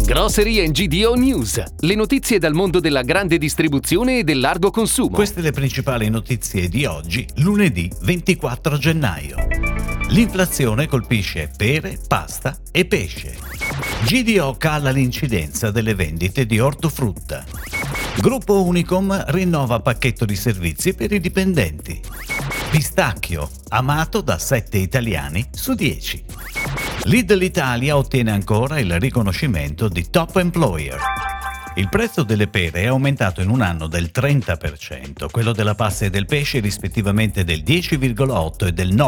Grocery and GDO News, le notizie dal mondo della grande distribuzione e del largo consumo. Queste le principali notizie di oggi, lunedì 24 gennaio. L'inflazione colpisce pere, pasta e pesce. GDO cala l'incidenza delle vendite di ortofrutta. Gruppo Unicom rinnova pacchetto di servizi per i dipendenti. Pistacchio, amato da 7 italiani su 10. Lidl Italia ottiene ancora il riconoscimento di Top Employer. Il prezzo delle pere è aumentato in un anno del 30%, quello della pasta e del pesce rispettivamente del 10,8% e del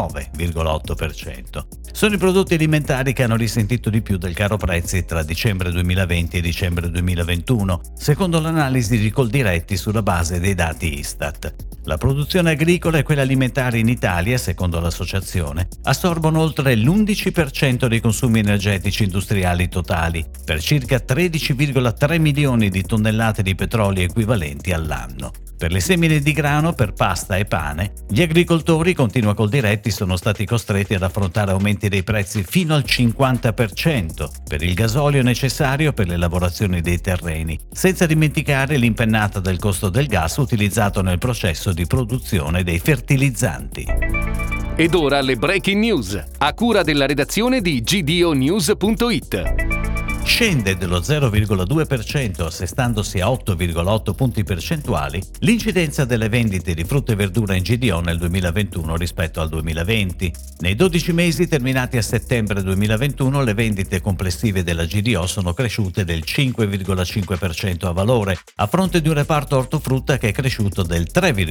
9,8%. Sono i prodotti alimentari che hanno risentito di più del caro prezzi tra dicembre 2020 e dicembre 2021, secondo l'analisi di Coldiretti sulla base dei dati Istat. La produzione agricola e quella alimentare in Italia, secondo l'associazione, assorbono oltre l'11% dei consumi energetici industriali totali, per circa 13,3 milioni di tonnellate di petrolio equivalenti all'anno. Per le semine di grano, per pasta e pane, gli agricoltori, continua Coldiretti, sono stati costretti ad affrontare aumenti dei prezzi fino al 50% per il gasolio necessario per le lavorazioni dei terreni, senza dimenticare l'impennata del costo del gas utilizzato nel processo di produzione dei fertilizzanti. Ed ora le breaking news, a cura della redazione di gdonews.it. Scende dello 0,2%, assestandosi a 8,8 punti percentuali, l'incidenza delle vendite di frutta e verdura in GDO nel 2021 rispetto al 2020. Nei 12 mesi terminati a settembre 2021 le vendite complessive della GDO sono cresciute del 5,5% a valore, a fronte di un reparto ortofrutta che è cresciuto del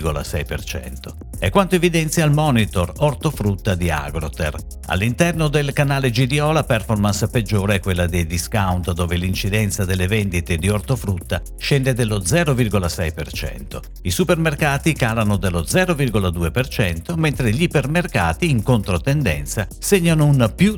3,6%. È quanto evidenzia il monitor ortofrutta di Agroter. All'interno del canale GDO la performance peggiore è quella dei discount, dove l'incidenza delle vendite di ortofrutta scende dello 0,6%. I supermercati calano dello 0,2%, mentre gli ipermercati, in controtendenza, segnano un più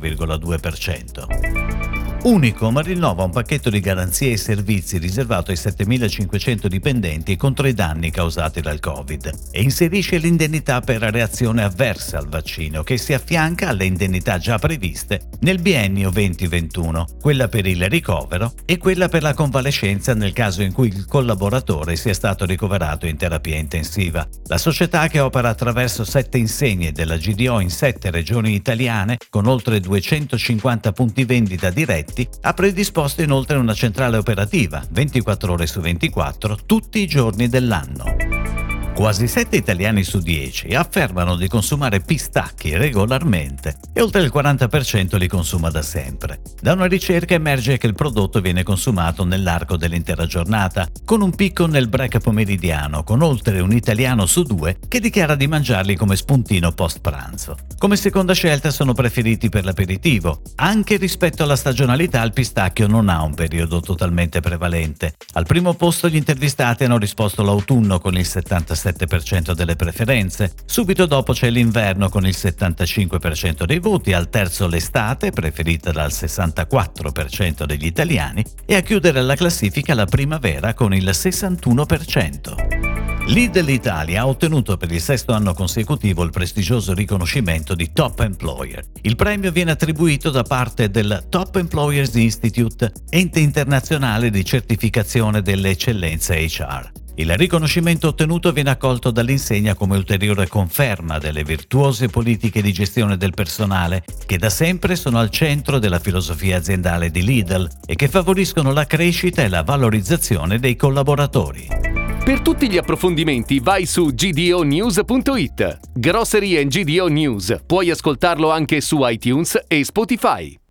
0,2%. Unicom rinnova un pacchetto di garanzie e servizi riservato ai 7.500 dipendenti contro i danni causati dal Covid e inserisce l'indennità per reazione avversa al vaccino, che si affianca alle indennità già previste nel biennio 2021, quella per il ricovero e quella per la convalescenza nel caso in cui il collaboratore sia stato ricoverato in terapia intensiva. La società, che opera attraverso 7 insegne della GDO in 7 regioni italiane con oltre 250 punti vendita diretti, ha predisposto inoltre una centrale operativa 24 ore su 24 tutti i giorni dell'anno. Quasi 7 italiani su 10 affermano di consumare pistacchi regolarmente e oltre il 40% li consuma da sempre. Da una ricerca emerge che il prodotto viene consumato nell'arco dell'intera giornata, con un picco nel break pomeridiano, con oltre un italiano su 2 che dichiara di mangiarli come spuntino post pranzo. Come seconda scelta sono preferiti per l'aperitivo. Anche rispetto alla stagionalità il pistacchio non ha un periodo totalmente prevalente. Al primo posto gli intervistati hanno risposto l'autunno con il 77% delle preferenze, subito dopo c'è l'inverno con il 75% dei voti, al terzo l'estate, preferita dal 64% degli italiani, e a chiudere la classifica la primavera con il 61%. Lidl Italia ha ottenuto per il 6º anno consecutivo il prestigioso riconoscimento di Top Employer. Il premio viene attribuito da parte del Top Employers Institute, ente internazionale di certificazione delle eccellenze HR. Il riconoscimento ottenuto viene accolto dall'insegna come ulteriore conferma delle virtuose politiche di gestione del personale, che da sempre sono al centro della filosofia aziendale di Lidl e che favoriscono la crescita e la valorizzazione dei collaboratori. Per tutti gli approfondimenti vai su gdonews.it. Grocery and GDO News, puoi ascoltarlo anche su iTunes e Spotify.